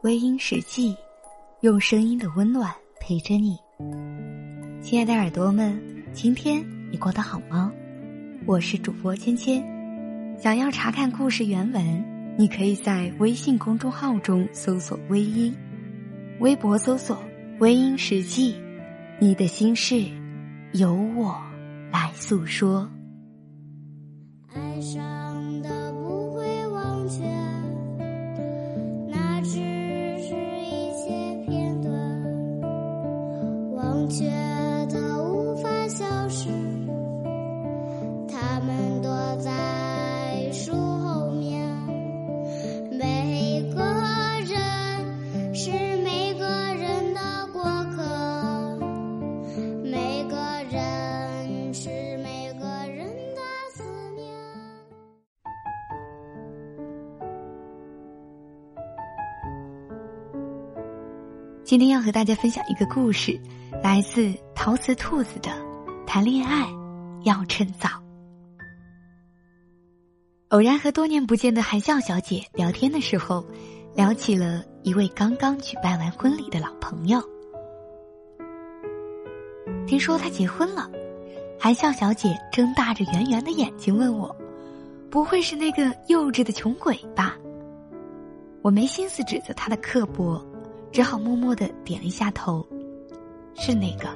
微音时记，用声音的温暖陪着你。亲爱的耳朵们，今天你过得好吗？我是主播芊芊。想要查看故事原文，你可以在微信公众号中搜索微音，微博搜索微音时记，你的心事由我来诉说。 爱上的不会忘却，那只是一些片段，忘却的无法消失，他们躲在树后面。每个人是每个人的过客，每个人是每个人的思念。 今天要和大家分享一个故事，来自陶瓷兔子的谈恋爱要趁早。偶然和多年不见的韩笑小姐聊天的时候，聊起了一位刚刚举办完婚礼的老朋友。听说他结婚了，韩笑小姐睁大着圆圆的眼睛问我，不会是那个幼稚的穷鬼吧？我没心思指责他的刻薄，只好默默地点了一下头，是那个。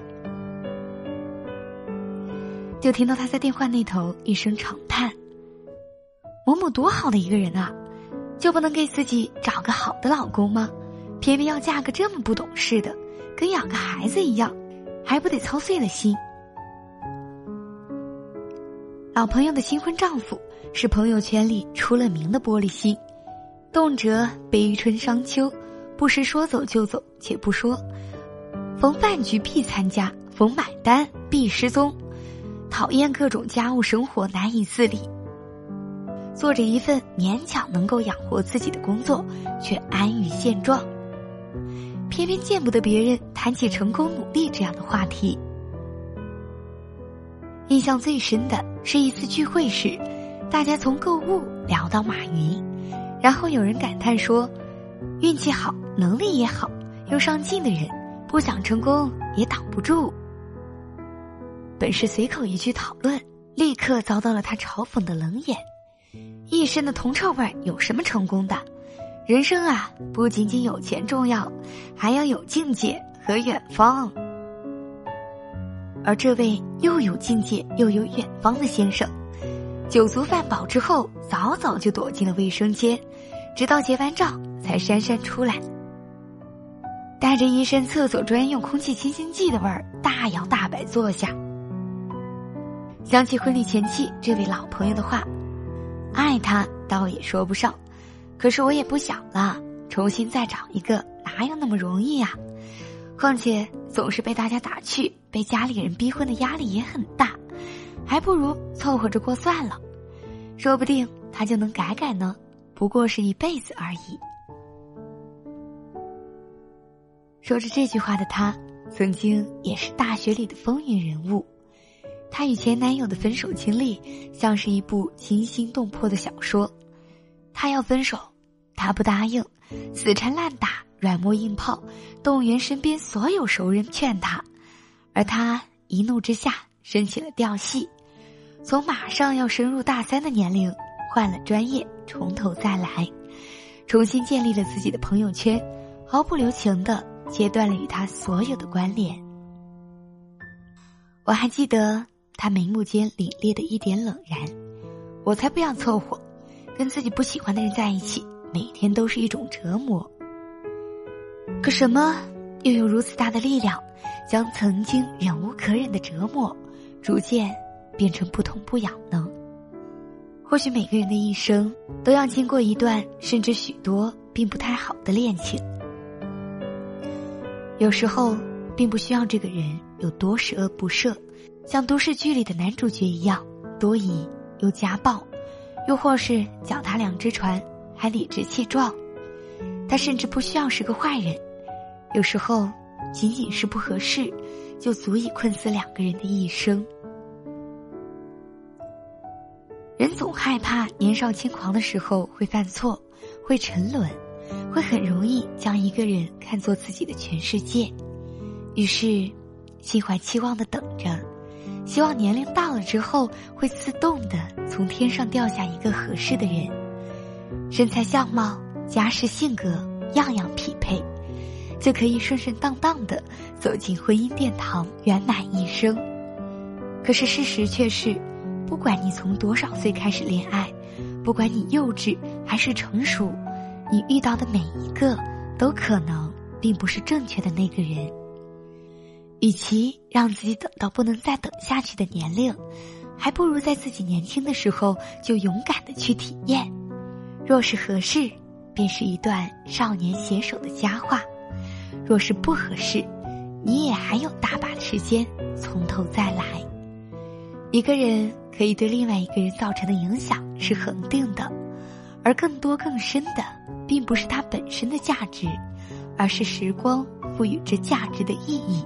就听到他在电话那头一声长叹，某某多好的一个人啊，就不能给自己找个好的老公吗？偏偏要嫁个这么不懂事的，跟养个孩子一样，还不得操碎了心。老朋友的新婚丈夫是朋友圈里出了名的玻璃心，动辄悲春伤秋，不时说走就走，且不说，逢饭局必参加，逢买单必失踪，讨厌各种家务生活难以自理，做着一份勉强能够养活自己的工作，却安于现状，偏偏见不得别人谈起成功努力这样的话题。印象最深的是一次聚会时，大家从购物聊到马云，然后有人感叹说，运气好，能力也好，又上进的人，不想成功也挡不住。本是随口一句讨论，立刻遭到了他嘲讽的冷眼。一身的铜臭味有什么成功的？人生啊，不仅仅有钱重要，还要有境界和远方。而这位又有境界又有远方的先生，酒足饭饱之后，早早就躲进了卫生间，直到结完账才姗姗出来，带着一身厕所专用空气清新剂的味儿，大摇大摆坐下。想起婚礼前夕这位老朋友的话，爱他倒也说不上，可是我也不想了，重新再找一个哪有那么容易啊？况且总是被大家打趣，被家里人逼婚的压力也很大，还不如凑合着过算了，说不定他就能改改呢，不过是一辈子而已。说着这句话的他，曾经也是大学里的风云人物。她与前男友的分手经历像是一部惊心动魄的小说，他要分手，他不答应，死缠烂打，软磨硬泡，动员身边所有熟人劝他，而他一怒之下升起了调戏，从马上要升入大3的年龄换了专业，从头再来，重新建立了自己的朋友圈，毫不留情地切断了与他所有的关联。我还记得他眉目间凛冽的一点冷然，我才不要凑合，跟自己不喜欢的人在一起，每天都是一种折磨。可什么又有如此大的力量，将曾经忍无可忍的折磨，逐渐变成不痛不痒呢？或许每个人的一生都要经过一段甚至许多并不太好的恋情，有时候并不需要这个人有多十恶不赦，像都市剧里的男主角一样多疑又家暴，又或是脚踏2只船还理直气壮。他甚至不需要是个坏人，有时候仅仅是不合适，就足以困死2个人的一生。人总害怕年少轻狂的时候会犯错，会沉沦， 会很容易将一个人看作自己的全世界，于是心怀期望地等着，希望年龄到了之后会自动地从天上掉下一个合适的人，身材相貌、家世性格样样匹配，就可以顺顺当当地走进婚姻殿堂，圆满一生。可是事实却是，不管你从多少岁开始恋爱，不管你幼稚还是成熟，你遇到的每一个都可能并不是正确的那个人。与其让自己等到不能再等下去的年龄，还不如在自己年轻的时候就勇敢地去体验。若是合适，便是一段少年携手的佳话；若是不合适，你也还有大把的时间从头再来。一个人可以对另外一个人造成的影响是恒定的，而更多更深的并不是它本身的价值，而是时光赋予这价值的意义。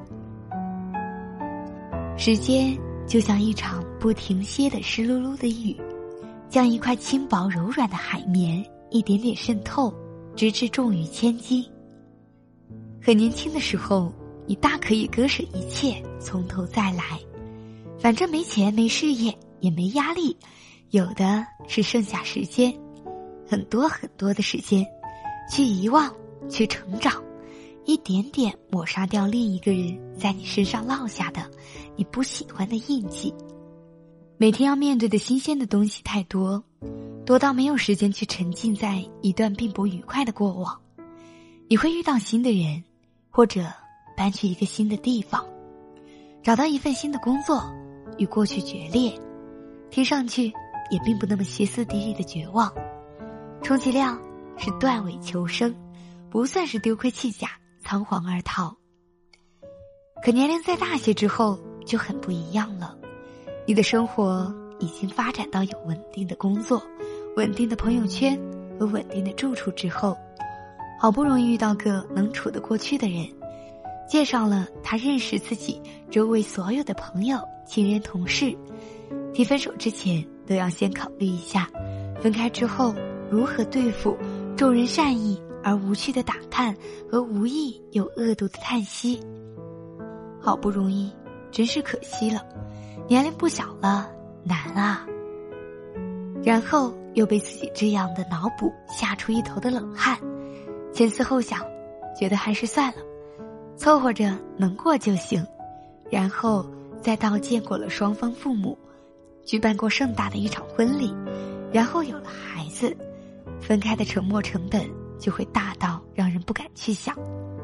时间就像一场不停歇的湿漉漉的雨，将一块轻薄柔软的海绵一点点渗透，直至重于千斤。很年轻的时候，你大可以割舍一切，从头再来，反正没钱没事业也没压力，有的是剩下时间，很多很多的时间，去遗忘，去成长，一点点抹杀掉另一个人在你身上落下的你不喜欢的印记。每天要面对的新鲜的东西太多，多到没有时间去沉浸在一段并不愉快的过往。你会遇到新的人，或者搬去一个新的地方，找到一份新的工作，与过去决裂，听上去也并不那么歇斯底里的绝望，充其量是断尾求生，不算是丢盔弃甲，仓皇而逃。可年龄再大些之后就很不一样了，你的生活已经发展到有稳定的工作、稳定的朋友圈和稳定的住处之后，好不容易遇到个能处得过去的人，介绍了他认识自己周围所有的朋友、亲人、同事。提分手之前都要先考虑一下，分开之后如何对付众人善意而无趣的打探和无意有恶毒的叹息。好不容易，真是可惜了，年龄不小了，难啊。然后又被自己这样的脑补吓出一头的冷汗，前思后想，觉得还是算了，凑合着能过就行。然后再到见过了双方父母，举办过盛大的一场婚礼，然后有了孩子，分开的沉没成本就会大到让人不敢去想。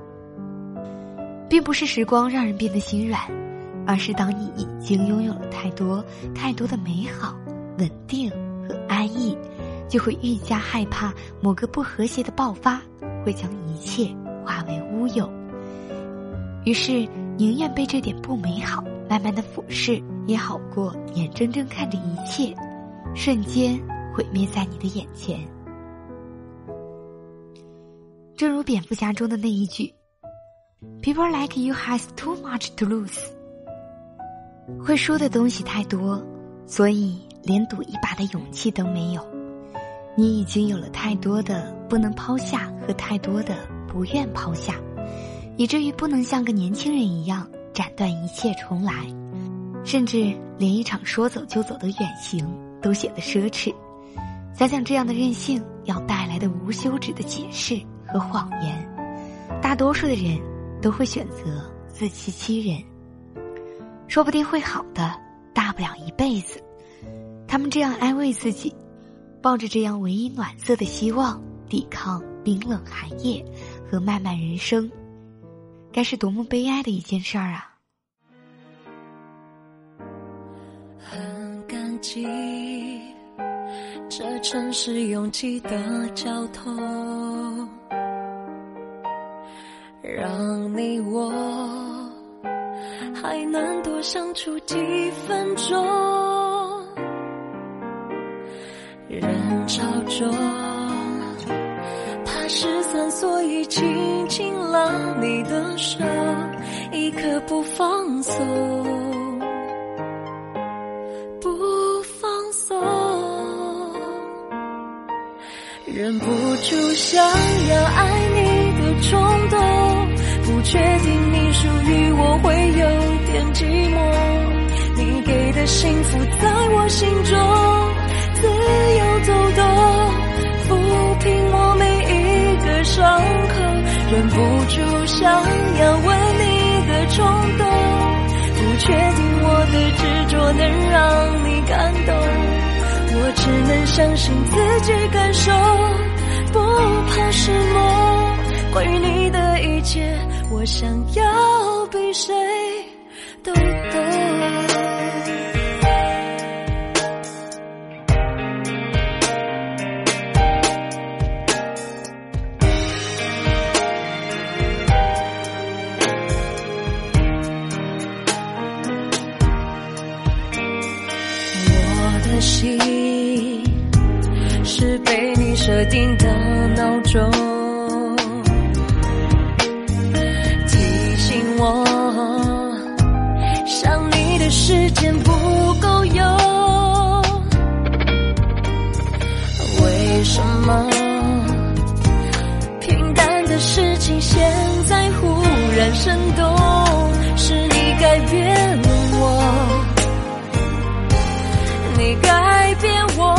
并不是时光让人变得心软，而是当你已经拥有了太多太多的美好、稳定和安逸，就会愈加害怕某个不和谐的爆发会将一切化为乌有。于是宁愿被这点不美好慢慢的俯视，也好过眼睁睁看着一切瞬间毁灭在你的眼前。正如蝙蝠侠中的那一句 People like you has too much to lose。 会说的东西太多，所以连赌一把的勇气都没有。你已经有了太多的不能抛下和太多的不愿抛下，以至于不能像个年轻人一样斩断一切重来，甚至连一场说走就走的远行都显得奢侈。想想这样的任性要带来的无休止的解释和谎言，大多数的人都会选择自欺欺人。说不定会好的，大不了一辈子。他们这样安慰自己，抱着这样唯一暖色的希望，抵抗冰冷寒夜和漫漫人生，该是多么悲哀的一件事儿啊！ 很感激这城市拥挤的交通，让你我还能多相处几分钟。人潮中他失散，所以紧紧拉你的手，一刻不放松，不放松。 忍不住想要爱你的冲动，不确定你属于我会有点寂寞。你给的幸福在我心中自由走动，抚平我每一个伤口。忍不住想要吻你的冲动，不确定我的执着能让你感动。我只能相信自己感受，不怕失落。关于你的一切，我想要比谁都懂。我的心是被你设定的闹钟，提醒我想你的时间不够用。为什么平淡的事情现在忽然生动？是你改变了我，你改变我，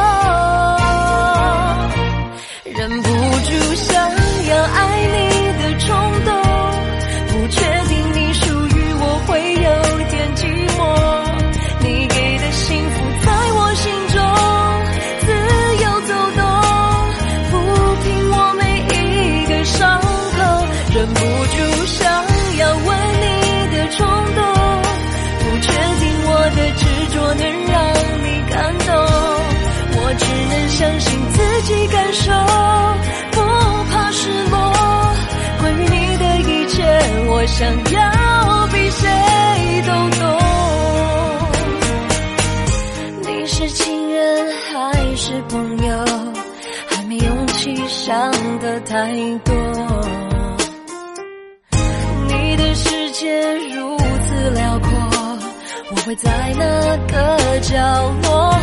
忍不住想要爱你的冲动，不确定你属于我会有点寂寞。你给的幸福在我心中自由走动，抚平我每一个伤口。忍不住想要吻你的冲动，不确定我的执着能让感动。我只能相信自己感受，不怕失落。关于你的一切，我想要比谁都懂。你是情人还是朋友，还没勇气想得太多。你的世界如此辽阔，我会在那个角落。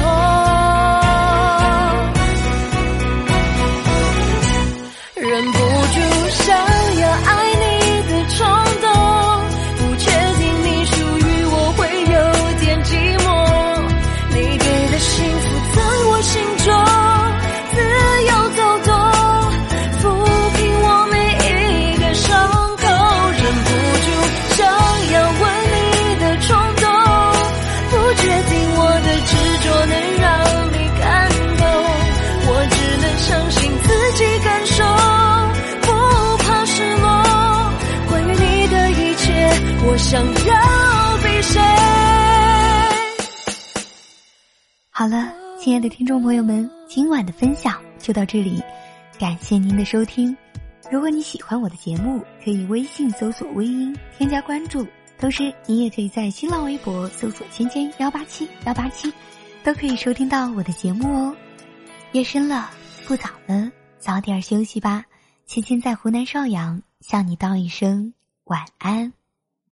忍不住想要爱你的冲动，不确定你属于我会有点寂寞。你给的幸福在我心中自由走动，抚平我每一个伤口。忍不住想要吻你的冲动，不确定我的执着能让你感动。我只能相信自己感受，不怕失落。关于你的一切，我想要比谁。 好了，亲爱的听众朋友们，今晚的分享就到这里，感谢您的收听。如果你喜欢我的节目，可以微信搜索微音添加关注，同时你也可以在新浪微博搜索18187，都可以收听到我的节目哦。夜深了，不早了，早点休息吧。芊芊在湖南邵阳向你道一声晚安。